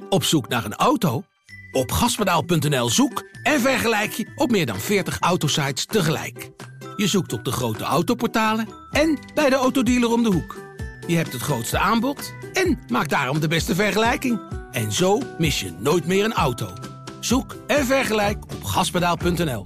Op zoek naar een auto? Op gaspedaal.nl zoek en vergelijk je op meer dan 40 autosites tegelijk. Je zoekt op de grote autoportalen en bij de autodealer om de hoek. Je hebt het grootste aanbod en maakt daarom de beste vergelijking. En zo mis je nooit meer een auto. Zoek en vergelijk op gaspedaal.nl.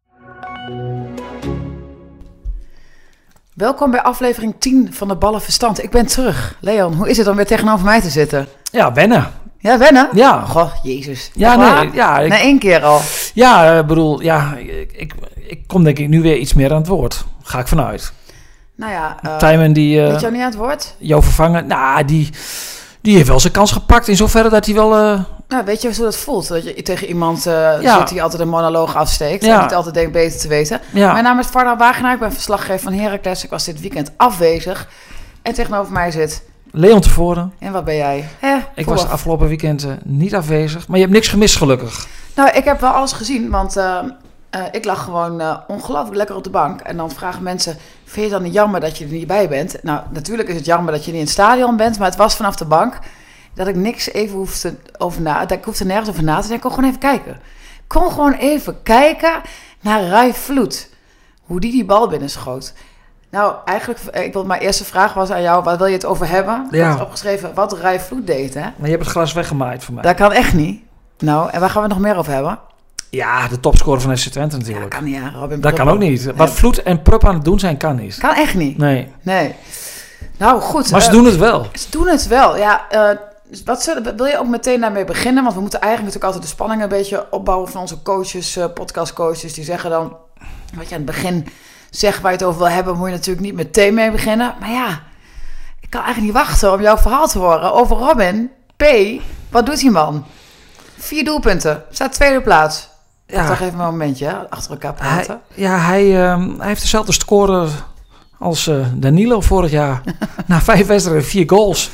Welkom bij aflevering 10 van de Ballenverstand. Ik ben terug. Leon, hoe is het om weer tegenover mij te zitten? Ja, wennen. Ja, wennen? Ja. Goh, jezus. Ja, nee. Ja, Na 1 keer al. Ja, bedoel, ja, ik kom denk ik nu weer iets meer aan het woord. Ga ik vanuit. Nou ja, Tijmen die... weet jou niet aan het woord? Jou vervangen, nou, die heeft wel zijn kans gepakt in zoverre dat hij wel... Nou, weet je hoe dat voelt? Dat je tegen iemand zit die altijd een monoloog afsteekt. En niet altijd denkt beter te weten. Ja. Mijn naam is Varda Wagenaar. Ik ben verslaggever van Heracles. Ik was dit weekend afwezig. En tegenover mij zit... Leon tevoren. En wat ben jij? Ik was afgelopen weekend niet afwezig. Maar je hebt niks gemist, gelukkig. Nou, ik heb wel alles gezien. Want ik lag gewoon ongelooflijk lekker op de bank. En dan vragen mensen... Vind je dan niet jammer dat je er niet bij bent? Nou, natuurlijk is het jammer dat je niet in het stadion bent. Maar het was vanaf de bank... dat ik niks even hoefde ik hoefde nergens over na te denken. Ik kon gewoon even kijken. Ik kon gewoon even kijken naar Rai Vloed. Hoe die bal binnenschoot. Nou, eigenlijk, mijn eerste vraag was aan jou, waar wil je het over hebben? Ik had opgeschreven wat Rai Vloed deed, hè? Maar je hebt het glas weggemaaid voor mij. Dat kan echt niet. Nou, en waar gaan we het nog meer over hebben? Ja, de topscorer van FC Twente natuurlijk. Ja, kan niet, ja. Robin dat kan ook niet. Wat Vloed en Prupp aan het doen zijn, kan niet. Kan echt niet. Nee. Nou, goed. Maar ze doen het wel. Ze doen het wel, ja. Wil je ook meteen daarmee beginnen? Want we moeten eigenlijk natuurlijk altijd de spanning een beetje opbouwen van onze coaches, podcastcoaches. Die zeggen dan, wat je aan het begin zegt waar je het over wil hebben, moet je natuurlijk niet meteen mee beginnen. Maar ja, ik kan eigenlijk niet wachten om jouw verhaal te horen over Robin P. Wat doet die man? 4 doelpunten. Staat tweede plaats. Ja. Toch even een momentje, hè? Achter elkaar praten. Hij heeft dezelfde score als Danilo vorig jaar. Na 5 wedstrijden, 4 goals.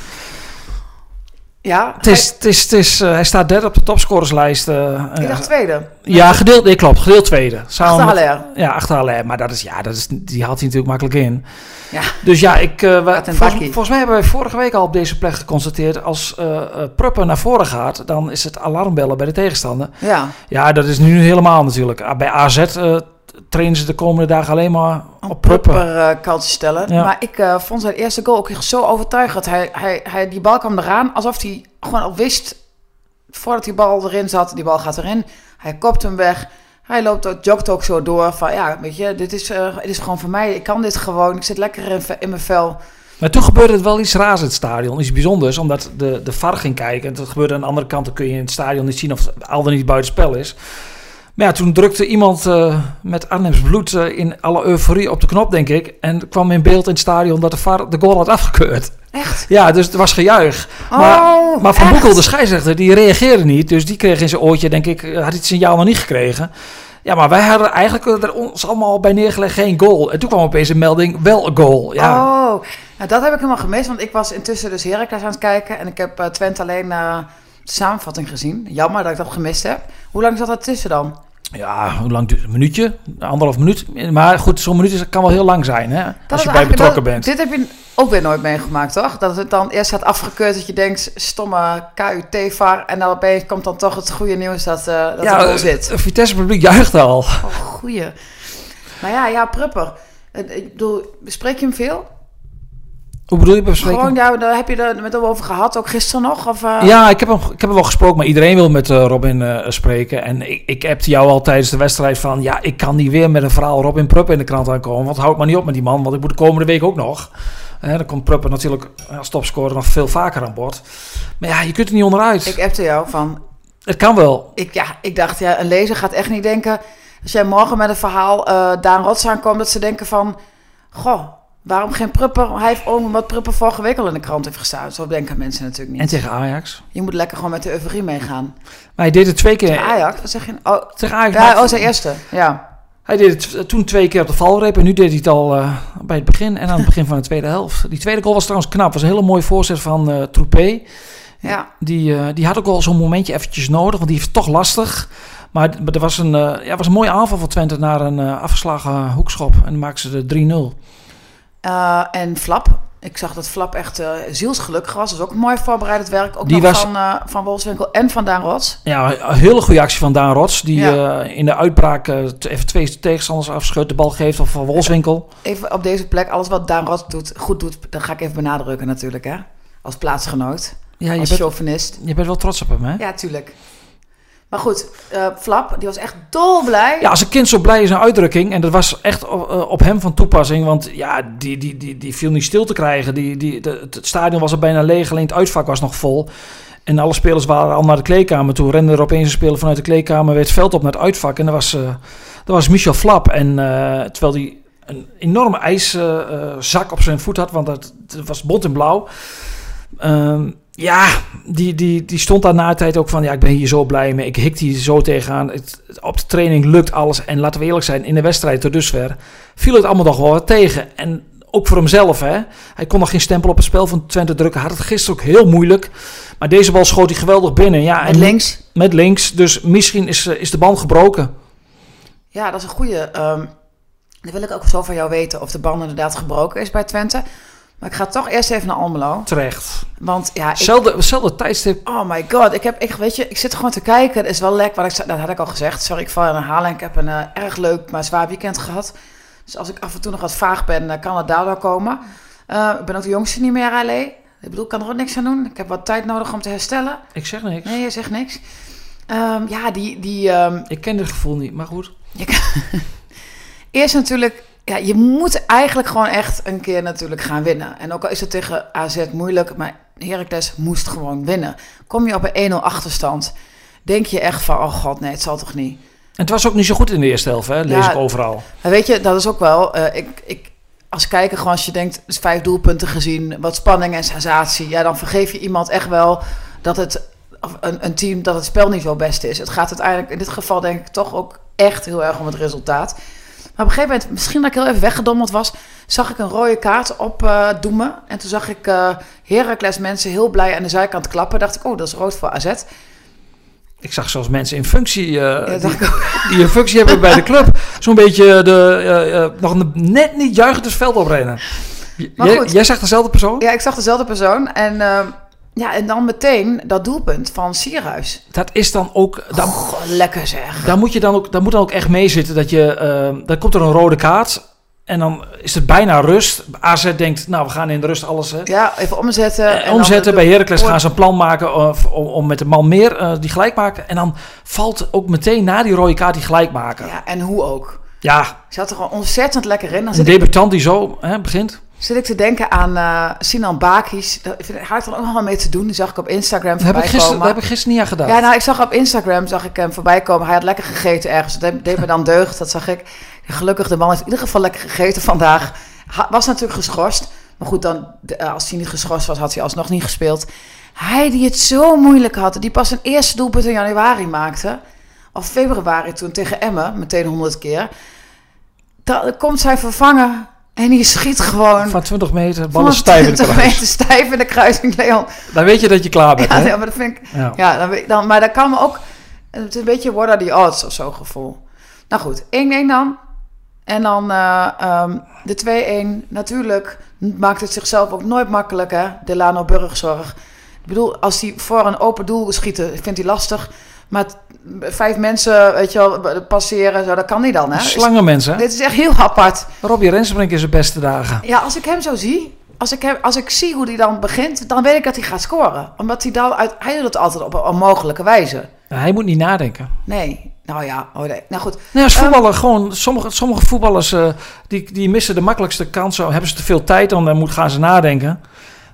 Ja, hij staat derde op de topscorerslijst. Ik dacht tweede. Ja, gedeeld tweede. Achter Haller. Ja, achter Haller. Maar die haalt hij natuurlijk makkelijk in. Ja. Dus ja, volgens mij hebben wij vorige week al op deze plek geconstateerd... als Pruppen naar voren gaat, dan is het alarmbellen bij de tegenstander. Ja, dat is nu helemaal natuurlijk. Bij AZ... trainen ze de komende dagen alleen maar op Pruppen. Kant te stellen. Ja. Maar ik vond zijn eerste goal ook zo overtuigend. Hij die bal kwam eraan alsof hij gewoon al wist... voordat die bal erin zat, die bal gaat erin. Hij kopt hem weg. Hij jogt ook zo door van... ja, weet je, dit is gewoon voor mij. Ik kan dit gewoon. Ik zit lekker in mijn vel. Maar toen gebeurde het wel iets raars in het stadion. Iets bijzonders, omdat de VAR ging kijken. En dat gebeurde aan de andere kant. Dan kun je in het stadion niet zien of het al dan niet buitenspel is... Maar ja, toen drukte iemand met Arnhems bloed in alle euforie op de knop, denk ik. En kwam in beeld in het stadion dat de VAR de goal had afgekeurd. Echt? Ja, dus het was gejuich. Maar Van Boekel, de scheidsrechter, die reageerde niet. Dus die kreeg in zijn oortje, denk ik, had hij het signaal nog niet gekregen. Ja, maar wij hadden eigenlijk er ons allemaal bij neergelegd geen goal. En toen kwam opeens een melding, wel een goal. Ja. Nou dat heb ik helemaal gemist. Want ik was intussen dus Heracles aan het kijken. En ik heb Twente alleen de samenvatting gezien. Jammer dat ik dat gemist heb. Hoe lang zat dat tussen dan? Ja, hoe lang duurt het? Een minuutje? 1,5 minuut? Maar goed, zo'n minuut kan wel heel lang zijn, hè? Als je bij betrokken bent. Dit heb je ook weer nooit meegemaakt, toch? Dat het dan eerst gaat afgekeurd, dat je denkt, stomme KUT-VAR... en dan opeens komt dan toch het goede nieuws dat het goal zit. Vitesse publiek juicht al. Oh, goeie. Maar ja, Prupper. Ik bedoel, bespreek je hem veel? Hoe bedoel je bespreken? Gewoon, daar heb je er met hem over gehad, ook gisteren nog? Of, Ja, ik heb hem wel gesproken, maar iedereen wil met Robin spreken. En ik appte jou al tijdens de wedstrijd van... ja, ik kan niet weer met een verhaal Robin Pruppen in de krant aankomen. Want houd maar niet op met die man, want ik moet de komende week ook nog. Dan komt Pruppen natuurlijk als topscorer nog veel vaker aan bod. Maar ja, je kunt er niet onderuit. Ik appte jou van... Het kan wel. Ik dacht, een lezer gaat echt niet denken... als jij morgen met een verhaal Daan Rots aankomt... dat ze denken van... goh... waarom geen Prupper? Hij heeft ook wat Prupper vorige week al in de krant heeft gestaan. Zo denken mensen natuurlijk niet. En tegen Ajax? Je moet lekker gewoon met de euforie meegaan. Maar hij deed het 2 keer... Tegen Ajax? Wat zeg je? Tegen Ajax. Ja, zijn eerste. Ja. Hij deed het toen 2 keer op de valreep. En nu deed hij het al bij het begin. En aan het begin van de tweede helft. Die tweede goal was trouwens knap. Was een hele mooie voorzet van Troepé. Ja. Die had ook wel zo'n momentje eventjes nodig. Want die heeft het toch lastig. Maar er was een mooie aanval van Twente naar een afgeslagen hoekschop. En dan maakten ze de 3-0. En Flap Ik zag dat Flap echt zielsgelukkig was. Dat is ook mooi voorbereidend werk. Ook die nog van Wolfswinkel en van Daan Rots. Ja, een hele goede actie van Daan Rots. Die in de uitbraak even 2 tegenstanders afschudt. De bal geeft van Wolfswinkel. Even op deze plek. Alles wat Daan Rots goed doet. Dat ga ik even benadrukken natuurlijk. Hè? Als plaatsgenoot. Ja, als chauvinist. Je bent wel trots op hem, hè? Ja, tuurlijk. Maar goed, Flap, die was echt dolblij. Ja, als een kind zo blij is een uitdrukking. En dat was echt op hem van toepassing. Want ja, die viel niet stil te krijgen. Het stadion was er bijna leeg. Alleen het uitvak was nog vol. En alle spelers waren al naar de kleedkamer toe. Rende er opeens een speler vanuit de kleedkamer. Weer het veld op naar het uitvak. En dat was Michel Flap. En terwijl hij een enorme ijszak op zijn voet had. Want het was bont en blauw. Ja, die stond daar na de tijd ook van... ja, ik ben hier zo blij mee. Ik hik hier zo tegenaan. Op de training lukt alles. En laten we eerlijk zijn, in de wedstrijd tot dusver... viel het allemaal nog wel wat tegen. En ook voor hemzelf, hè. Hij kon nog geen stempel op het spel van Twente drukken. Had het gisteren ook heel moeilijk. Maar deze bal schoot hij geweldig binnen. Ja, met links? Met links. Dus misschien is de band gebroken. Ja, dat is een goeie. Dan wil ik ook zo van jou weten... of de band inderdaad gebroken is bij Twente... Maar ik ga toch eerst even naar Almelo. Terecht. Want ja, hetzelfde tijdstip. Oh my god, ik zit gewoon te kijken. Het is wel lekker. Dat had ik al gezegd. Sorry, ik val in herhaling. Ik heb een erg leuk, maar zwaar weekend gehad. Dus als ik af en toe nog wat vaag ben, kan het daardoor komen. Ik ben ook de jongste niet meer, alleen. Ik bedoel, ik kan er ook niks aan doen. Ik heb wat tijd nodig om te herstellen. Ik zeg niks. Nee, je zegt niks. Ik ken het gevoel niet, maar goed. Eerst natuurlijk... Ja, je moet eigenlijk gewoon echt een keer natuurlijk gaan winnen. En ook al is het tegen AZ moeilijk, maar Heracles moest gewoon winnen. Kom je op een 1-0 achterstand, denk je echt van, oh god, nee, het zal toch niet. En het was ook niet zo goed in de eerste helft, hè? Lees ik overal. Maar weet je, dat is ook wel... als kijker gewoon, als je denkt, 5 doelpunten gezien, wat spanning en sensatie, ja, dan vergeef je iemand echt wel dat het een team, dat het spel niet zo best is. Het gaat uiteindelijk, in dit geval denk ik toch ook echt heel erg om het resultaat. Maar op een gegeven moment, misschien dat ik heel even weggedommeld was, zag ik een rode kaart opdoemen. En toen zag ik Heracles mensen heel blij aan de zijkant klappen. Dacht ik, oh, dat is rood voor AZ. Ik zag zelfs mensen in functie, die een functie hebben bij de club. Zo'n beetje nog net niet juichend het veld oprennen. Jij zag dezelfde persoon? Ja, ik zag dezelfde persoon. En en dan meteen dat doelpunt van Sierhuis. Dat is dan ook... lekker zeg. Daar moet dan ook echt mee zitten. Dan komt er een rode kaart. En dan is het bijna rust. AZ denkt, nou, we gaan in de rust alles... Ja, even omzetten. Omzetten. Bij Heracles gaan ze een plan maken om met de man meer die gelijk maken. En dan valt ook meteen na die rode kaart die gelijk maken. Ja, en hoe ook. Ja. Ik zat er gewoon ontzettend lekker in. Een debutant die zo begint. Zit ik te denken aan Sinan Bakis. Daar had ik dan ook nog wel mee te doen. Die zag ik op Instagram voorbij komen. Daar heb ik gisteren niet aan gedaan. Ja, nou, ik zag op Instagram hem voorbij komen. Hij had lekker gegeten ergens. Dat deed me dan deugd, dat zag ik. Gelukkig, de man heeft in ieder geval lekker gegeten vandaag. Was natuurlijk geschorst. Maar goed, dan, als hij niet geschorst was, had hij alsnog niet gespeeld. Hij die het zo moeilijk had. Die pas zijn eerste doelpunt in januari maakte. Of februari toen tegen Emmen. Meteen 100 keer. Dan komt zijn vervanger... En die schiet gewoon... Van 20 meter, ballen stijf in de kruis. 20 meter stijf in de kruising, Leon. Dan weet je dat je klaar bent, hè? Ja, maar dat vind ik... Ja, maar dat kan me ook... Het is een beetje what are the odds of zo'n gevoel. Nou goed, 1-1 dan. En dan de 2-1. Natuurlijk maakt het zichzelf ook nooit makkelijk, hè? Delano Burgzorg. Ik bedoel, als hij voor een open doel schieten, vindt hij lastig. Maar 5 mensen, weet je wel, passeren, zo, dat kan niet dan, hè? Slangenmensen. Dit is echt heel apart. Robbie Rensbrink is zijn beste dagen. Ja, als ik hem zo zie, als ik zie hoe hij dan begint, dan weet ik dat hij gaat scoren. Omdat hij hij doet het altijd op een onmogelijke wijze. Ja, hij moet niet nadenken. Nee, nou ja, nee. Nou goed. Nee, als voetballer gewoon, sommige voetballers, die missen de makkelijkste kansen. Hebben ze te veel tijd, dan gaan ze nadenken.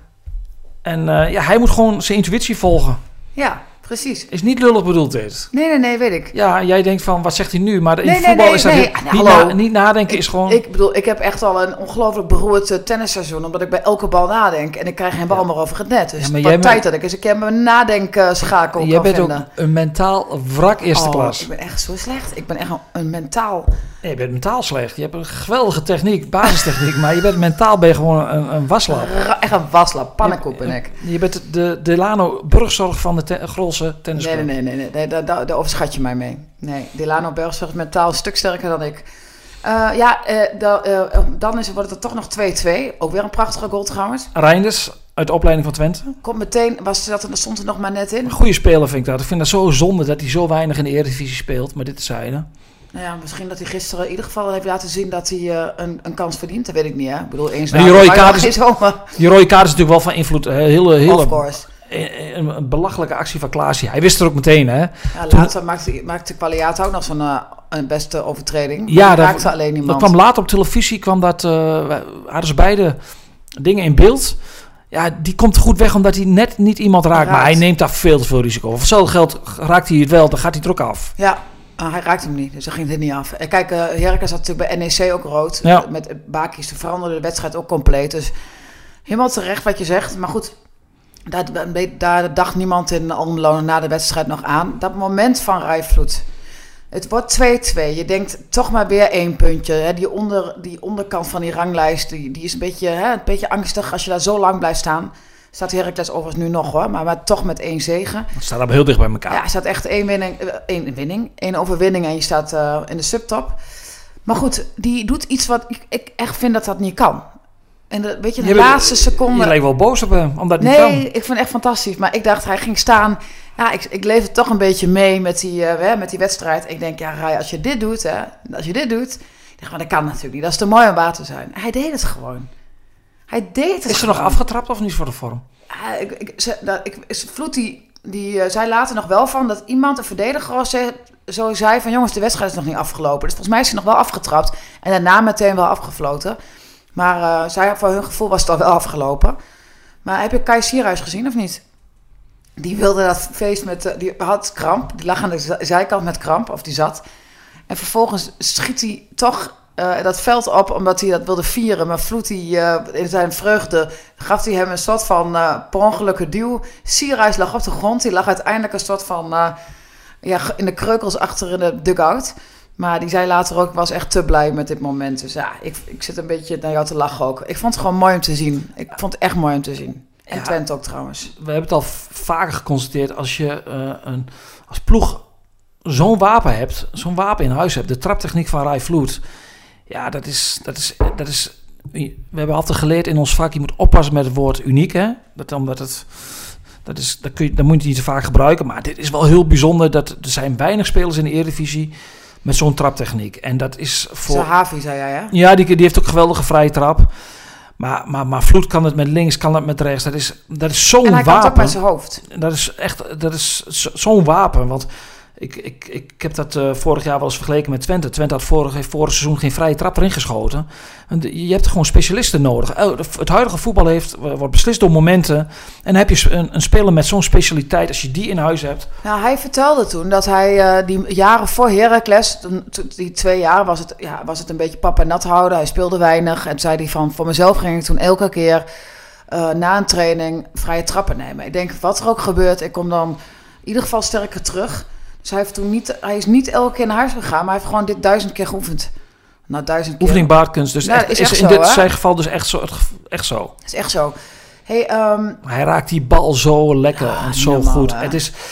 En hij moet gewoon zijn intuïtie volgen. Ja. Precies. Is niet lullig bedoeld dit. Nee, weet ik. Ja, jij denkt van, wat zegt hij nu? Maar in voetbal is dat niet nadenken is gewoon... Ik bedoel, ik heb echt al een ongelooflijk beroerd tennisseizoen, omdat ik bij elke bal nadenk. En ik krijg geen bal meer over het net. Dus wat tijd dat ik eens een keer mijn nadenkschakel kan vinden. Jij bent ook een mentaal wrak eerste klas. Ik ben echt zo slecht. Ik ben echt een mentaal... Nee, je bent mentaal slecht. Je hebt een geweldige techniek, basistechniek. Maar je bent mentaal gewoon een waslap. Echt een waslap. Pannenkoek ben ik. Je bent de Delano Burgzorg van de Grolse tennisclub. Nee, daar overschat je mij mee. Nee, Delano Burgzorg is mentaal een stuk sterker dan ik. Dan wordt het toch nog 2-2. Ook weer een prachtige goal trouwens. Reinders uit de opleiding van Twente. Komt meteen, stond er nog maar net in. Een goede speler vind ik dat. Ik vind dat zo zonde dat hij zo weinig in de Eredivisie speelt. Maar dit terzijde. Nou ja, misschien dat hij gisteren in ieder geval heeft laten zien dat hij een kans verdient. Dat weet ik niet, hè. Ik bedoel, eens die rode kaart is natuurlijk wel van invloed. Of course. Een belachelijke actie van Klaasje. Hij wist er ook meteen, hè. Ja, later maakte Qualiato ook nog zo'n een beste overtreding. Ja, dat raakte alleen niemand. Dat kwam later op televisie, hadden ze beide dingen in beeld. Ja, die komt goed weg omdat hij net niet iemand raakt. Maar hij neemt daar veel te veel risico. Of hetzelfde geld raakt hij het wel, dan gaat hij er ook af. Ja, hij raakt hem niet, dus dan ging het niet af. Kijk, Heracles had natuurlijk bij NEC ook rood. Ja. Met Bakis veranderde de wedstrijd ook compleet. Dus helemaal terecht wat je zegt. Maar goed, daar dacht niemand in Almelo na de wedstrijd nog aan. Dat moment van Rijvloed. Het wordt 2-2. Je denkt toch maar weer 1 puntje. Hè. Die onderkant van die ranglijst die is een beetje angstig als je daar zo lang blijft staan. Staat Heracles overigens nu nog hoor, maar toch met 1 zege. Het staat allemaal heel dicht bij elkaar. Ja, er staat echt 1 overwinning en je staat in de subtop. Maar goed, die doet iets wat ik echt vind dat niet kan. En de laatste seconde... Je leek wel boos op hem, omdat het niet kan. Nee, ik vind het echt fantastisch. Maar ik dacht, hij ging staan... Ja, ik leef het toch een beetje mee met die wedstrijd. Ik denk, ja, Rai, als je dit doet... Ik denk, maar dat kan natuurlijk niet. Dat is te mooi om waar te zijn. Hij deed het gewoon. Is er nog afgetrapt of niet voor de vorm? Vloed die zei later nog wel van... dat iemand, een verdediger, zo zei van... jongens, de wedstrijd is nog niet afgelopen. Dus volgens mij is hij nog wel afgetrapt. En daarna meteen wel afgefloten. Maar voor hun gevoel was het al wel afgelopen. Maar heb je Kai Sierhuis gezien of niet? Die wilde dat feest die had kramp. Die lag aan de zijkant met kramp, of die zat. En vervolgens schiet hij toch dat veld op, omdat hij dat wilde vieren. Maar Vloed, in zijn vreugde, gaf hij hem een soort van per ongelukke duw. Sierhuis lag op de grond. Die lag uiteindelijk een soort van in de kreukels achter in de dugout. Maar die zei later ook, ik was echt te blij met dit moment. Dus ja, ik zit een beetje naar jou te lachen ook. Ik vond het gewoon mooi om te zien. Ik vond het echt mooi om te zien. En Twente ook trouwens. We hebben het al vaker geconstateerd. Als je als ploeg zo'n wapen hebt, zo'n wapen in huis hebt, de traptechniek van Rai Vloed. Ja, dat is. We hebben altijd geleerd in ons vak, je moet oppassen met het woord uniek. Hè? Dat moet je niet te vaak gebruiken. Maar dit is wel heel bijzonder. Er zijn weinig spelers in de Eredivisie met zo'n traptechniek. En dat is voor... Zahavi, zei jij, hè? Ja, die heeft ook een geweldige vrije trap. Maar Vloed kan het met links, kan het met rechts. Dat is zo'n wapen. En hij kan het ook met zijn hoofd. Dat is zo'n wapen. Want ik heb dat vorig jaar wel eens vergeleken met Twente. Twente had vorig seizoen geen vrije trap erin geschoten. Je hebt gewoon specialisten nodig. Het huidige voetbal wordt beslist door momenten. En dan heb je een speler met zo'n specialiteit. Als je die in huis hebt. Nou, hij vertelde toen dat hij die jaren voor Heracles, die 2 jaar was het een beetje pap en nat houden. Hij speelde weinig. En zei hij van, voor mezelf ging ik toen elke keer na een training vrije trappen nemen. Ik denk, wat er ook gebeurt, ik kom dan in ieder geval sterker terug. Dus hij is niet elke keer naar huis gegaan, maar hij heeft gewoon dit 1000 keer geoefend. Nou, 1000 keer. Oefening baarkunst. Dus ja, is in dit zijn geval dus echt zo. Dat is echt zo. Hey, hij raakt die bal zo lekker en zo normaal, goed. Hè?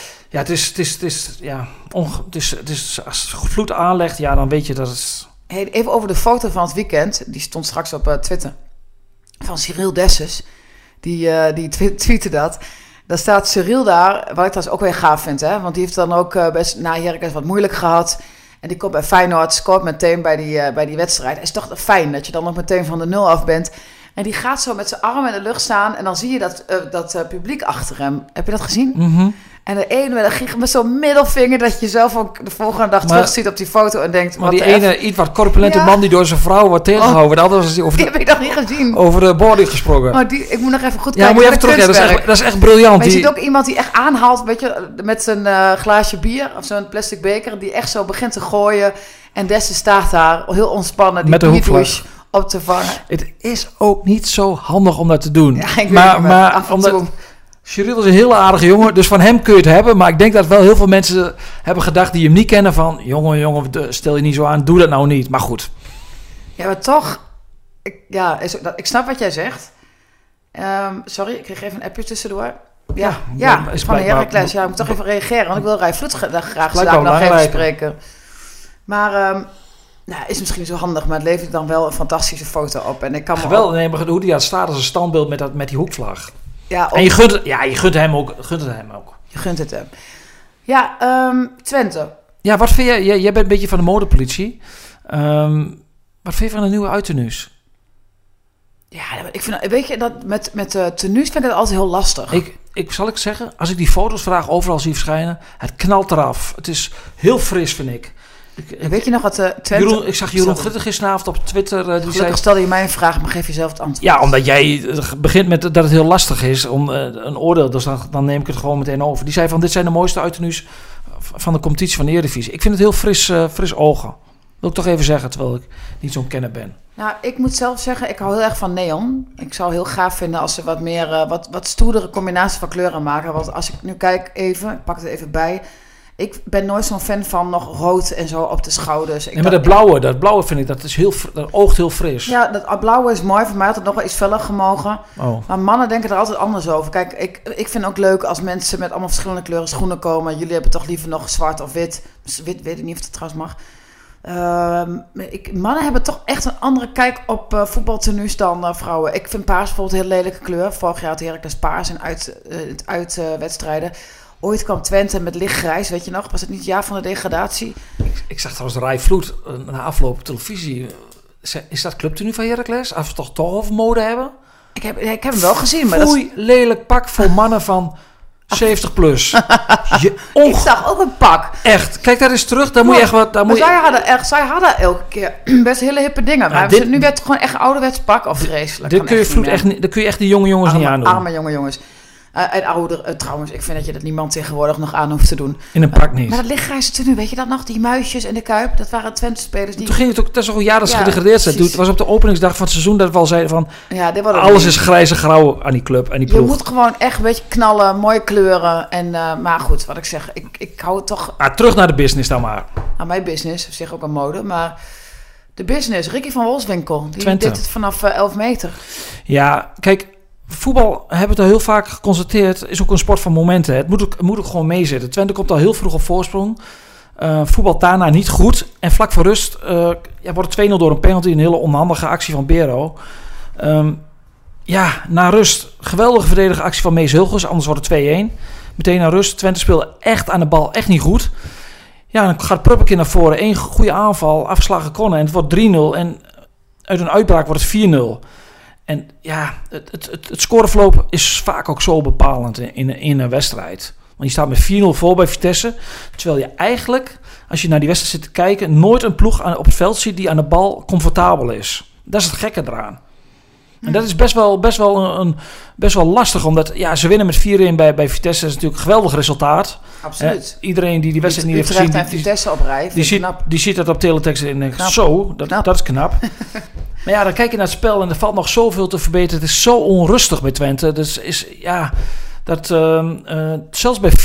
Het is als Vloed aanlegt, ja, dan weet je dat het... Hey, even over de foto van het weekend. Die stond straks op Twitter. Van Cyril Dessus. Die tweette dat. Dan staat Cyril daar, wat ik trouwens ook weer gaaf vind, hè? Want die heeft dan ook best na Heracles wat moeilijk gehad. En die komt bij Feyenoord, scoort meteen bij die wedstrijd. Het is toch fijn dat je dan nog meteen van de 0 af bent. En die gaat zo met zijn armen in de lucht staan. En dan zie je dat publiek achter hem. Heb je dat gezien? Mm-hmm. En de ene met zo'n middelvinger, dat je zelf ook de volgende dag terug ziet op die foto en denkt... Maar die ene iets wat corpulente man die door zijn vrouw wordt tegengehouden. Dat was die heb ik nog niet gezien. Over de boarding gesprongen. Maar ik moet nog even goed kijken. Ja, moet je even terug. Ja, dat is echt briljant. Maar je ziet ook iemand die echt aanhaalt, weet je, met zijn glaasje bier of zo'n plastic beker. Die echt zo begint te gooien. En Desse staat daar heel ontspannen die met de hoekvlag op te vangen. Het is ook niet zo handig om dat te doen. Ja, ik maar omdat... Cyril is een hele aardige jongen, dus van hem kun je het hebben. Maar ik denk dat wel heel veel mensen hebben gedacht die hem niet kennen van... Jongen, stel je niet zo aan, doe dat nou niet. Maar goed. Ja, maar toch... Ik snap wat jij zegt. Sorry, ik kreeg even een appje tussendoor. Ja, van de Heracles. Ja, ik moet toch even reageren, want ik wil Rai Vloed graag nog even spreken. Maar Nou, is misschien zo handig, maar het levert dan wel een fantastische foto op. En ik kan geweldig, nee, maar hoe die daar staat als een standbeeld met die hoekvlag. Ja, en je gunt het hem ook. Je gunt het hem. Ja, Twente. Ja, wat vind jij bent een beetje van de modepolitie. Wat vind je van de nieuwe uittenues? Ja, ik vind, weet je, dat met tenues vind ik het altijd heel lastig. Ik zal zeggen, als ik die foto's vraag overal zie verschijnen, het knalt eraf. Het is heel fris, vind ik. Weet je nog wat Twente... Ik zag Jeroen Gutte gisteravond op Twitter. Gelukkig stelde je mij een vraag, maar geef jezelf het antwoord. Ja, omdat jij begint met dat het heel lastig is om een oordeel. Dus dan neem ik het gewoon meteen over. Die zei van, dit zijn de mooiste uittenues van de competitie van de Eredivisie. Ik vind het heel fris ogen. Wil ik toch even zeggen, terwijl ik niet zo'n kenner ben. Nou, ik moet zelf zeggen, ik hou heel erg van neon. Ik zou heel gaaf vinden als ze wat meer, wat stoerdere combinatie van kleuren maken. Want als ik nu kijk even, ik pak het even bij. Ik ben nooit zo'n fan van nog rood en zo op de schouders. Maar dat blauwe vind ik, dat oogt heel fris. Ja, dat blauwe is mooi. Voor mij had het nog wel iets feller gemogen. Oh. Maar mannen denken er altijd anders over. Kijk, ik vind het ook leuk als mensen met allemaal verschillende kleuren schoenen komen. Jullie hebben toch liever nog zwart of wit. Wit weet ik niet of het trouwens mag. Mannen hebben toch echt een andere kijk op voetbaltenues dan vrouwen. Ik vind paars bijvoorbeeld een heel lelijke kleur. Vorig jaar had Heracles paars in uitwedstrijden. Ooit kwam Twente met lichtgrijs, weet je nog? Was het niet het jaar van de degradatie? Ik zag trouwens Rai Vloed na afloop op televisie. Is dat clubtenue van Heracles? Als we het toch over mode hebben? Ik heb hem wel gezien. Maar lelijk pak voor mannen van 70 plus. Ik zag ook een pak. Echt. Kijk daar eens terug. Daar moet je echt wat... Zij hadden elke keer best hele hippe dingen. Maar nu werd het gewoon echt een ouderwets pak. Of vreselijk. Dit kun je echt die jonge jongens niet aandoen. Arme jonge jongens. En ouder, trouwens, ik vind dat je dat niemand tegenwoordig nog aan hoeft te doen. In een pak niet. Maar dat lichtgrijze tenue, weet je dat nog? Die muisjes in de Kuip, dat waren Twente-spelers die... Toen ging het ook, dat is al een jaar dat ze gedegradeerd zijn. Het was op de openingsdag van het seizoen dat we al zeiden van... Ja, alles is grijs en grauw aan die club, aan die ploeg. Je moet gewoon echt een beetje knallen, mooie kleuren. En, maar goed, wat ik zeg, ik hou het toch... Terug naar de business dan maar. Aan mijn business, zeg ook een mode, maar... De business, Ricky van Wolfswinkel, die Twente. deed het vanaf 11 meter. Ja, kijk... Voetbal, hebben we het al heel vaak geconstateerd, is ook een sport van momenten. Het moet ook gewoon meezitten. Twente komt al heel vroeg op voorsprong. Voetbal daarna niet goed. En vlak voor rust wordt het 2-0 door een penalty. Een hele onhandige actie van Bero. Na rust, geweldige verdedigende actie van Mees Hilgers. Anders wordt het 2-1. Meteen naar rust. Twente speelde echt aan de bal, echt niet goed. Ja, dan gaat Pruppeke naar voren. 1 goede aanval, afslagen konnen. En het wordt 3-0. En uit een uitbraak wordt het 4-0. En ja, het scoreverloop is vaak ook zo bepalend in een wedstrijd. Want je staat met 4-0 voor bij Vitesse. Terwijl je eigenlijk, als je naar die wedstrijd zit te kijken... nooit een ploeg op het veld ziet die aan de bal comfortabel is. Dat is het gekke eraan. En dat is best wel lastig. Omdat ze winnen met 4-1 bij Vitesse. Dat is natuurlijk een geweldig resultaat. Absoluut. Iedereen die wedstrijd niet heeft gezien... en Vitesse op rij, die ziet dat op teletext en denkt... Dat is knap. Maar ja, dan kijk je naar het spel en er valt nog zoveel te verbeteren. Het is zo onrustig bij Twente. Dus zelfs bij 4-0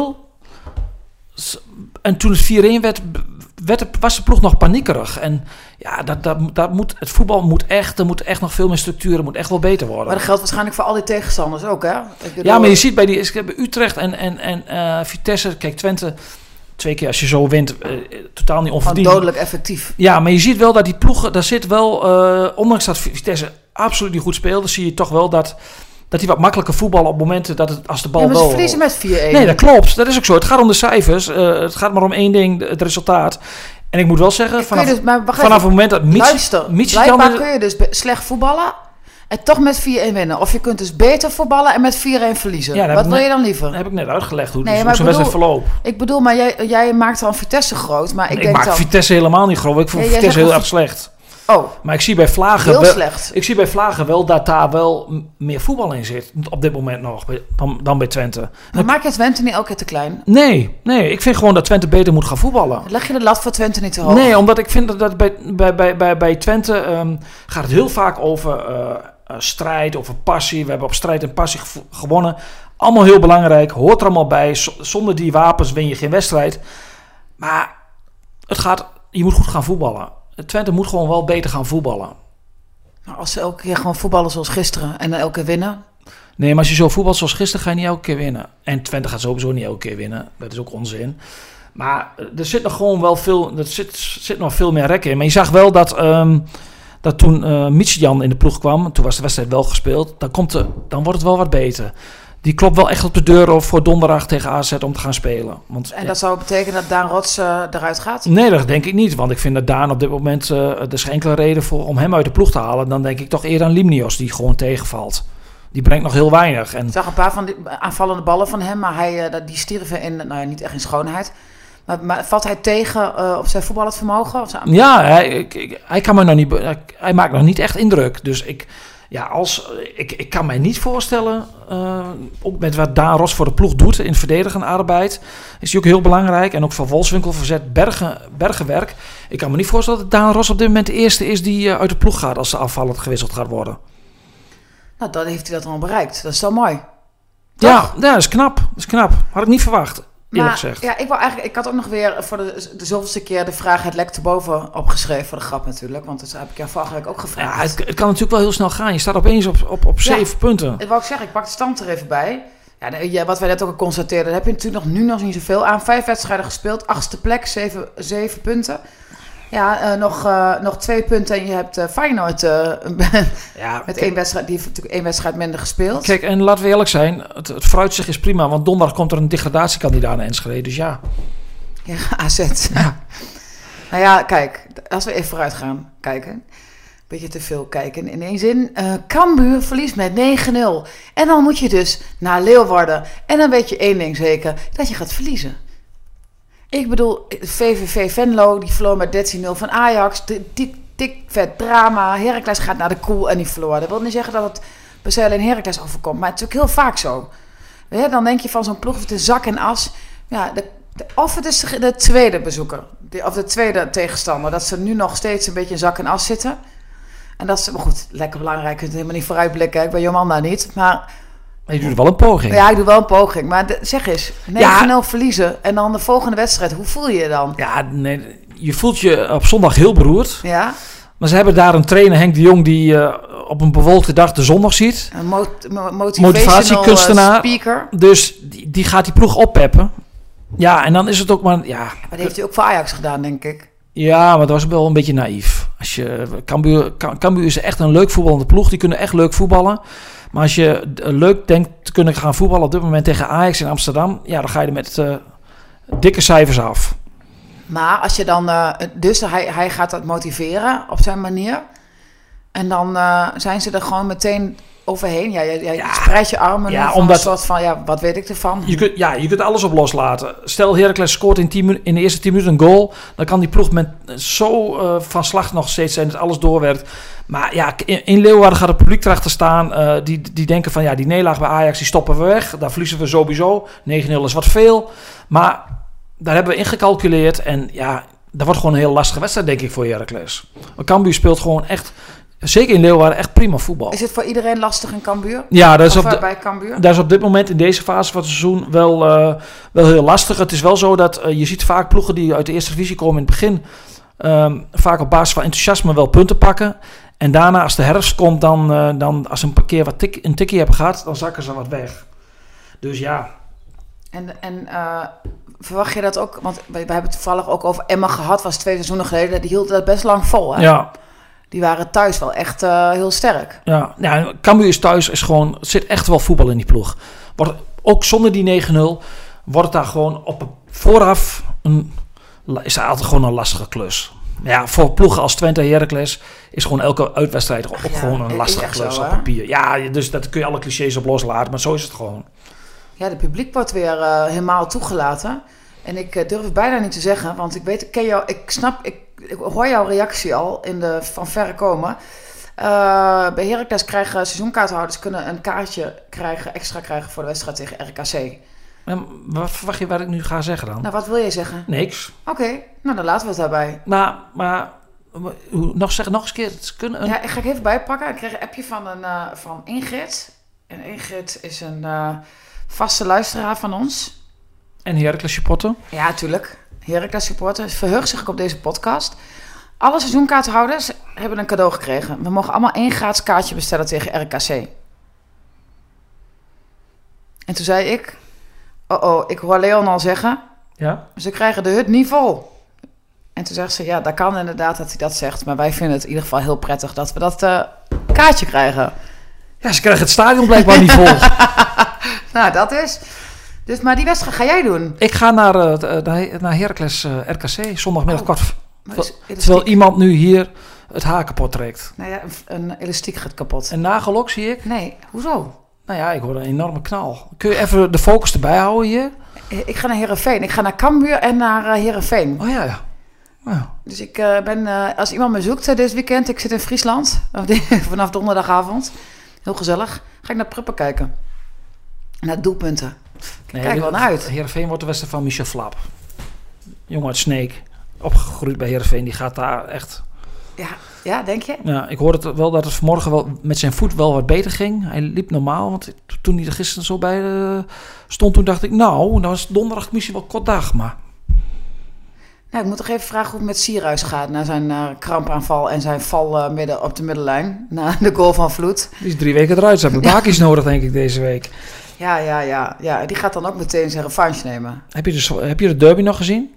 en toen het 4-1 was de ploeg nog paniekerig. En ja, het voetbal moet echt nog veel meer structuur, het moet echt wel beter worden. Maar dat geldt waarschijnlijk voor al die tegenstanders ook, hè? Ja, maar je ziet bij Utrecht en Vitesse, kijk, Twente... 2 keer als je zo wint, totaal niet onverdiend. Dodelijk effectief. Ja, maar je ziet wel dat die ploegen, daar zit wel, ondanks dat Vitesse absoluut niet goed speelde, zie je toch wel dat die wat makkelijker voetballen op momenten als de bal wel... Maar ze verliezen met 4-1. Nee, dat klopt. Dat is ook zo. Het gaat om de cijfers. Het gaat maar om één ding, het resultaat. En ik moet wel zeggen, vanaf het moment dat blijkbaar kun je dus slecht voetballen en toch met 4-1 winnen. Of je kunt dus beter voetballen en met 4-1 verliezen. Ja, wat wil je dan liever? Dat heb ik net uitgelegd hoe zo'n wedstrijd verloopt. Ik bedoel, maar jij maakt dan Vitesse groot. Maar ik maak Vitesse helemaal niet groot. Ik vond Vitesse heel erg slecht. Oh, maar ik zie bij Vlagen wel dat daar wel meer voetbal in zit. Op dit moment nog dan bij Twente. Maar maak je Twente niet elke keer te klein? Nee. Ik vind gewoon dat Twente beter moet gaan voetballen. Leg je de lat voor Twente niet te hoog? Nee, omdat ik vind dat bij Twente gaat het heel vaak over strijd, over passie. We hebben op strijd en passie gewonnen. Allemaal heel belangrijk. Hoort er allemaal bij. Zonder die wapens win je geen wedstrijd. Maar je moet goed gaan voetballen. Twente moet gewoon wel beter gaan voetballen. Nou, als ze elke keer gewoon voetballen zoals gisteren en elke keer winnen. Nee, maar als je zo voetbalt zoals gisteren, ga je niet elke keer winnen. En Twente gaat sowieso niet elke keer winnen. Dat is ook onzin. Maar er zit nog gewoon wel veel... Er zit nog veel meer rek in. Maar je zag wel dat toen Michijan in de ploeg kwam... Toen was de wedstrijd wel gespeeld. Dan wordt het wel wat beter. Die klopt wel echt op de deur voor donderdag tegen AZ om te gaan spelen. En dat zou betekenen dat Daan Rots eruit gaat? Nee, dat denk ik niet. Want ik vind dat Daan op dit moment... er is geen enkele reden voor om hem uit de ploeg te halen. Dan denk ik toch eerder aan Limnios die gewoon tegenvalt. Die brengt nog heel weinig. En... Ik zag een paar van die aanvallende ballen van hem, maar die stierven niet echt in schoonheid. Maar valt hij tegen op zijn voetballend vermogen? Ja, hij kan me nog niet. Hij maakt nog niet echt indruk. Dus ik kan mij niet voorstellen, ook met wat Daan Rots voor de ploeg doet in verdedigende arbeid, is hij ook heel belangrijk. En ook van Wolfswinkel verzet bergenwerk. Ik kan me niet voorstellen dat Daan Rots op dit moment de eerste is die uit de ploeg gaat als de afvallend gewisseld gaat worden. Nou, dan heeft hij dat al bereikt. Dat is wel mooi. Toch? Ja, dat is knap. Had ik niet verwacht, eerlijk gezegd. Ja, ik had ook nog weer voor de zoveelste keer de vraag het lek te boven opgeschreven. Voor de grap natuurlijk, want dat heb ik jou vorige week ook gevraagd. Ja, het kan natuurlijk wel heel snel gaan. Je staat opeens op 7 punten. Dat wou ik zeggen, ik pak de stand er even bij. Ja, wat wij net ook al constateerden, heb je natuurlijk nog niet zoveel aan. 5 wedstrijden gespeeld, 8e plek, 7 punten. Ja, nog 2 punten en je hebt Feyenoord met 1 wedstrijd. Die heeft natuurlijk 1 wedstrijd minder gespeeld. Kijk, en laten we eerlijk zijn, het vooruitzicht is prima, want donderdag komt er een degradatiekandidaat naar Enschede, dus ja. Ja, AZ. Ja. Nou ja, kijk, als we even vooruit gaan kijken. Beetje te veel kijken in één zin. Cambuur verliest met 9-0. En dan moet je dus naar Leeuwarden. En dan weet je 1 ding zeker, dat je gaat verliezen. Ik bedoel, VVV Venlo, die verloor met 13-0 van Ajax. Dik vet drama. Heracles gaat naar de koel en die verloor. Dat wil niet zeggen dat het per se alleen Heracles overkomt. Maar het is ook heel vaak zo. Dan denk je van zo'n ploeg of het is zak en as. Ja, of het is de tweede bezoeker. Of de tweede tegenstander. Dat ze nu nog steeds een beetje in zak en as zitten. En dat is, maar goed, lekker belangrijk. Je kunt helemaal niet vooruitblikken. Ik ben Jomanda niet. Maar je doet wel een poging. Ja, ik doe wel een poging. Maar zeg eens, 9-0 verliezen en dan de volgende wedstrijd. Hoe voel je je dan? Ja, nee, je voelt je op zondag heel beroerd. Ja. Maar ze hebben daar een trainer, Henk de Jong, die op een bewolkte dag de zondag ziet. Een motivatiekunstenaar. Speaker. Dus die gaat die ploeg oppeppen. Ja, en dan is het ook maar... Ja, maar dat heeft hij ook voor Ajax gedaan, denk ik. Ja, maar dat was wel een beetje naïef. Cambuur is echt een leuk voetballende ploeg. Die kunnen echt leuk voetballen. Maar als je leuk denkt te kunnen gaan voetballen op dit moment tegen Ajax in Amsterdam, ja, dan ga je er met dikke cijfers af. Maar als je dan, dus hij gaat dat motiveren op zijn manier. En dan zijn ze er gewoon meteen overheen. Je spreidt je armen van een soort van, wat weet ik ervan? Je kunt alles op loslaten. Stel Heracles scoort in de eerste 10 minuten een goal. Dan kan die ploeg met zo van slag nog steeds zijn dat alles doorwerkt. Maar ja, in Leeuwarden gaat het publiek erachter staan. Die denken van, die nederlaag bij Ajax, die stoppen we weg. Daar verliezen we sowieso. 9-0 is wat veel. Maar daar hebben we ingecalculeerd. En ja, dat wordt gewoon een heel lastige wedstrijd, denk ik, voor Heracles. Cambuur speelt gewoon echt, zeker in Leeuwarden, echt prima voetbal. Is het voor iedereen lastig in Cambuur? Ja, bij Cambuur? Dat is op dit moment in deze fase van het seizoen wel heel lastig. Het is wel zo dat je ziet vaak ploegen die uit de eerste divisie komen in het begin vaak op basis van enthousiasme wel punten pakken. En daarna, als de herfst komt, dan als ze een keer een tikkie hebben gehad, dan zakken ze wat weg. Dus ja. En verwacht je dat ook? Want we hebben het toevallig ook over Emma gehad, was 2 seizoenen geleden. Die hielden dat best lang vol, hè? Ja. Die waren thuis wel echt heel sterk. Ja, Cambuur is thuis, zit echt wel voetbal in die ploeg. Ook zonder die 9-0 wordt het daar gewoon vooraf is daar altijd gewoon een lastige klus. Ja, voor ploegen als Twente en Heracles is gewoon elke uitwedstrijd gewoon een lastige klus op papier. Ja, dus dat kun je alle clichés op loslaten, maar zo is het gewoon. Ja, het publiek wordt weer helemaal toegelaten. En ik durf het bijna niet te zeggen, want ik weet, ik hoor jouw reactie al van verre komen. Bij Heracles krijgen seizoenkaarthouders kunnen een kaartje extra krijgen voor de wedstrijd tegen RKC. En wat verwacht je wat ik nu ga zeggen dan? Nou, wat wil je zeggen? Niks. Oké, nou dan laten we het daarbij. Maar nog eens een keer. Ja, ik ga ik even bijpakken. Ik kreeg een appje van Ingrid. En Ingrid is een vaste luisteraar van ons. En Heracles supporter? Ja, tuurlijk. Heracles supporter verheugt zich op deze podcast. Alle seizoenkaarthouders hebben een cadeau gekregen. We mogen allemaal 1 gratis kaartje bestellen tegen RKC. En toen zei ik... ik hoor Leon al zeggen... Ja? Ze krijgen de hut niet vol. En toen zegt ze... Ja, dat kan inderdaad dat hij dat zegt. Maar wij vinden het in ieder geval heel prettig... dat we dat kaartje krijgen. Ja, ze krijgen het stadion blijkbaar niet vol. Nou, dat is... Dus, maar die wedstrijd ga jij doen? Ik ga naar Heracles RKC. Zondagmiddag kwart. Terwijl iemand nu hier het haar kapot trekt. Nou ja, een elastiek gaat kapot. Een nagellok zie ik. Nee, hoezo? Nou ja, ik hoor een enorme knal. Kun je even de focus erbij houden hier? Ik ga naar Heerenveen. Ik ga naar Cambuur en naar Heerenveen. Oh ja. Nou. Dus ik ben, als iemand me zoekt dit weekend, ik zit in Friesland, vanaf donderdagavond, heel gezellig, ga ik naar Pruppen kijken. Naar doelpunten. Kijk wel naar uit. Heerenveen wordt de wedstrijd van Michel Flap. Jongen uit Sneek, opgegroeid bij Heerenveen, die gaat daar echt... Ja, denk je? Ja, ik hoorde het wel dat het vanmorgen wel met zijn voet wel wat beter ging. Hij liep normaal, want toen hij er gisteren zo bij stond, toen dacht ik, nou, dat was donderdag misschien wel kort dag, maar... Nou, ik moet toch even vragen hoe het met Sierhuis gaat na zijn krampaanval en zijn val midden op de middenlijn. Na de goal van Vloed. Die is 3 weken eruit. Ze hebben bakjes nodig, denk ik, deze week. Ja, die gaat dan ook meteen zijn revanche nemen. Heb je de derby nog gezien?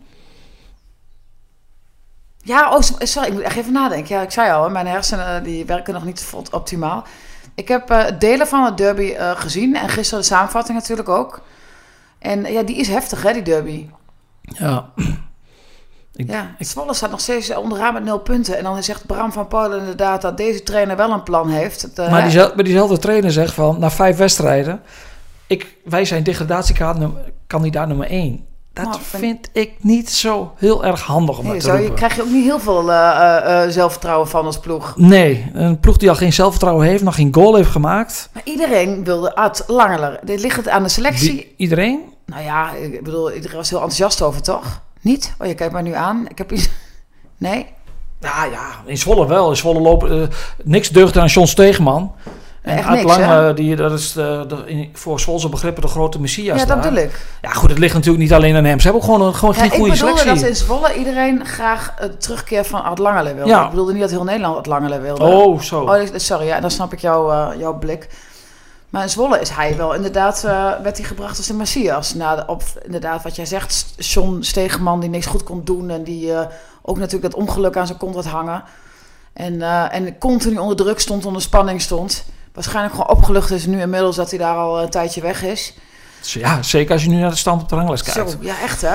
Ja, sorry, ik moet echt even nadenken. Ja, ik zei al, mijn hersenen die werken nog niet optimaal. Ik heb delen van het derby gezien en gisteren de samenvatting natuurlijk ook. En ja, die is heftig, hè, die derby. Ja. Zwolle staat nog steeds onderaan met 0 punten. En dan zegt Bram van Polen inderdaad dat deze trainer wel een plan heeft. Maar diezelfde trainer zegt van, na 5 wedstrijden... wij zijn degradatiekandidaat nummer 1. Dat vind ik niet zo heel erg handig om te roepen. Krijg je ook niet heel veel zelfvertrouwen van als ploeg. Nee, een ploeg die al geen zelfvertrouwen heeft, nog geen goal heeft gemaakt. Maar iedereen wilde Ad Langeler. Dit ligt het aan de selectie. Iedereen? Nou ja, ik bedoel, iedereen was heel enthousiast over, toch? Niet? Oh, je kijkt mij nu aan. Ik heb iets... Nee? Ja, in Zwolle wel. In Zwolle lopen niks deugd aan John Steegman. En Ad Lange, dat is voor Zwolse begrippen de grote messias. Ja, dat bedoel ik. Ja, goed, het ligt natuurlijk niet alleen aan hem. Ze hebben ook gewoon geen goede selectie. Ik bedoelde dat in Zwolle iedereen graag het terugkeer van Ad Langeler wilde. Ja. Ik bedoelde niet dat heel Nederland Ad Langeler wilde. Oh, zo. Oh, sorry, ja, dan snap ik jouw blik. Maar in Zwolle is hij wel inderdaad, werd hij gebracht als de messias. Op inderdaad wat jij zegt, John Stegeman die niks goed kon doen. En die ook natuurlijk dat ongeluk aan zijn kont had hangen. En continu onder druk stond, onder spanning stond. Waarschijnlijk gewoon opgelucht is nu inmiddels dat hij daar al een tijdje weg is. Ja, zeker als je nu naar de stand op de ranglijst kijkt. Zo, ja echt hè?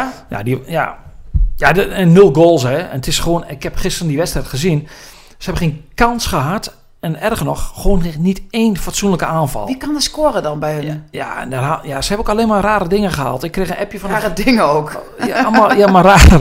En 0 goals hè. En het is gewoon, ik heb gisteren die wedstrijd gezien. Ze hebben geen kans gehad. En erger nog, gewoon niet 1 fatsoenlijke aanval. Wie kan er scoren dan bij hun? Ja, ze hebben ook alleen maar rare dingen gehaald. Ik kreeg een appje van... Rare dingen ook? Maar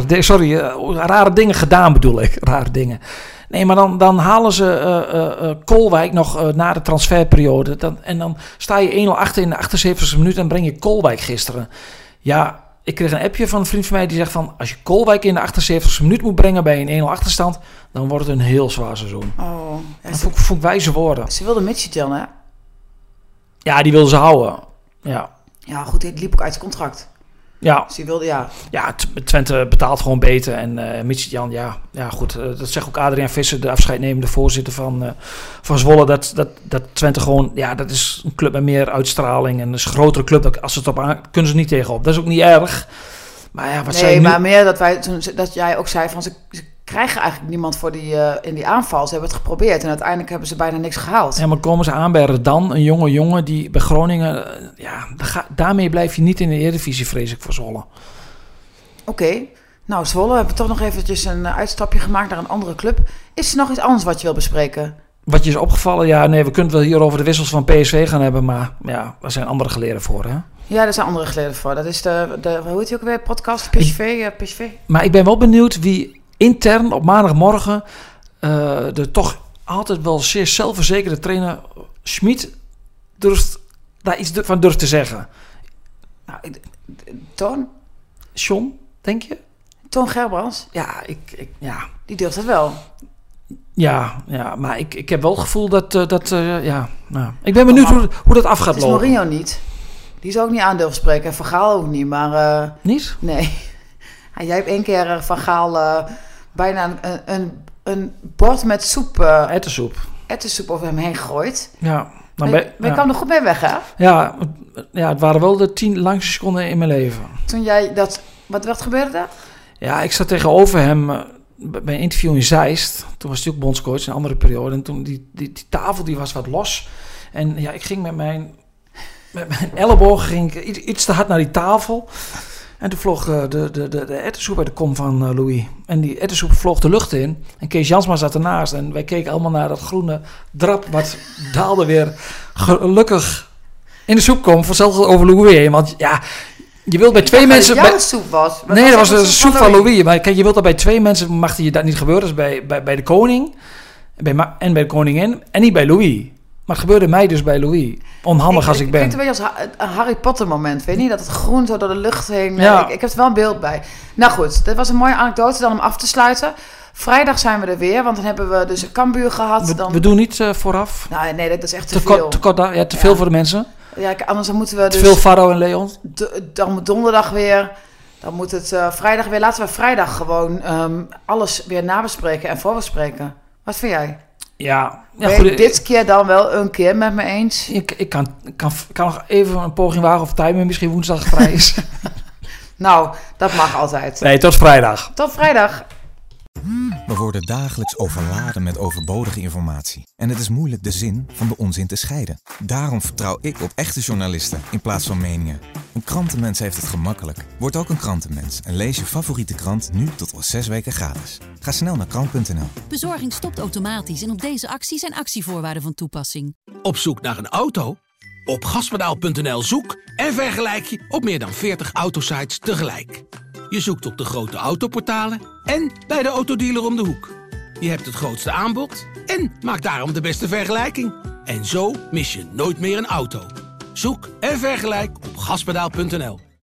rare dingen gedaan bedoel ik. Rare dingen. Nee, maar dan halen ze Koolwijk nog na de transferperiode. En dan sta je 1-0 achter in de 78e minuut en breng je Koolwijk gisteren. Ja, ik kreeg een appje van een vriend van mij die zegt van... als je Koolwijk in de 78e minuut moet brengen bij een 1-0 achterstand... dan wordt het een heel zwaar seizoen. Oh, ja, dat vond ik wijze woorden. Ze wilden Midtjylland, hè? Ja, die wilden ze houden. Ja, goed, die liep ook uit het contract. Ja. Dus die wilde, Ja, Twente betaalt gewoon beter. En Midtjylland, goed. Dat zegt ook Adriaan Visser, de afscheidnemende voorzitter van Zwolle. Dat Twente gewoon, dat is een club met meer uitstraling. En dat is een grotere club. Als ze het op aan, kunnen ze niet tegenop. Dat is ook niet erg. Maar ja, maar meer dat jij ook zei van ze krijgen eigenlijk niemand voor in die aanval. Ze hebben het geprobeerd en uiteindelijk hebben ze bijna niks gehaald. Ja, maar komen ze aan bij Redan, een jonge jongen die bij Groningen... daarmee blijf je niet in de Eredivisie, vrees ik, voor Zwolle. Oké. Nou, Zwolle, we hebben toch nog eventjes een uitstapje gemaakt naar een andere club. Is er nog iets anders wat je wil bespreken? Wat je is opgevallen? Ja, nee, we kunnen het wel hier over de wissels van PSV gaan hebben, maar daar zijn andere geleden voor, hè? Ja, daar zijn andere geleden voor. Dat is hoe heet die ook weer? Podcast? PSV? Maar ik ben wel benieuwd wie... intern op maandagmorgen de toch altijd wel zeer zelfverzekerde trainer Schmid daar iets van durft te zeggen. Nou, Toon? John, denk je? Toon Gerbrands? Ja, die durft het wel. Ja, maar ik heb wel het gevoel dat ik ben benieuwd hoe dat af gaat lopen. Het is Mourinho niet. Die zou ook niet aan durven spreken. En Van Gaal ook niet, maar... Niet? Nee. Jij hebt 1 keer Van Gaal bijna een bord met soep... Ettensoep over hem heen gegooid. Ja. Maar je kwam er goed mee weg, hè? Ja, het waren wel de 10 langste seconden in mijn leven. Toen jij dat... Wat gebeurde er? Ja, ik zat tegenover hem bij een interview in Zeist. Toen was hij ook bondscoach in een andere periode. En toen die tafel die was wat los. En ja, ik ging met mijn elleboog iets te hard naar die tafel. En toen vloog de ettensoep uit de kom van Louis. En die ettensoep vloog de lucht in. En Kees Jansma zat ernaast. En wij keken allemaal naar dat groene drap. Wat daalde weer gelukkig in de soep komen. Vanzelfs over Louis heen. Want ja, je wilt bij twee mensen... Dat jouw soep was. Nee, dat was de soep van Louis. Maar kijk, je wilt dat bij 2 mensen mag je dat niet gebeuren. Dus bij de koning en bij de koningin. En niet bij Louis. Maar het gebeurde mij dus bij Louis. Onhandig als ik ben. Het klinkt een beetje als een Harry Potter moment. Weet je niet? Dat het groen zo door de lucht heen. Ja. Ik heb er wel een beeld bij. Nou goed, dit was een mooie anekdote dan om af te sluiten. Vrijdag zijn we er weer, want dan hebben we dus een Cambuur gehad. We doen niet vooraf. Nee, dat is echt te veel. Te veel voor de mensen. Ja, anders dan moeten we te veel Faro en Leon. Dan moet donderdag weer. Dan moet het vrijdag weer. Laten we vrijdag gewoon alles weer nabespreken en voorbespreken. Wat vind jij? Ja, goed, dit keer dan wel een keer met me eens. Ik kan nog even een poging wagen of timer misschien woensdag vrij is. Nou, dat mag altijd. Nee, tot vrijdag. Tot vrijdag. We worden dagelijks overladen met overbodige informatie. En het is moeilijk de zin van de onzin te scheiden. Daarom vertrouw ik op echte journalisten in plaats van meningen. Een krantenmens heeft het gemakkelijk. Word ook een krantenmens en lees je favoriete krant nu tot al 6 weken gratis. Ga snel naar krant.nl. Bezorging stopt automatisch en op deze actie zijn actievoorwaarden van toepassing. Op zoek naar een auto? Op gaspedaal.nl zoek en vergelijk je op meer dan 40 autosites tegelijk. Je zoekt op de grote autoportalen en bij de autodealer om de hoek. Je hebt het grootste aanbod en maakt daarom de beste vergelijking. En zo mis je nooit meer een auto. Zoek en vergelijk op gaspedaal.nl.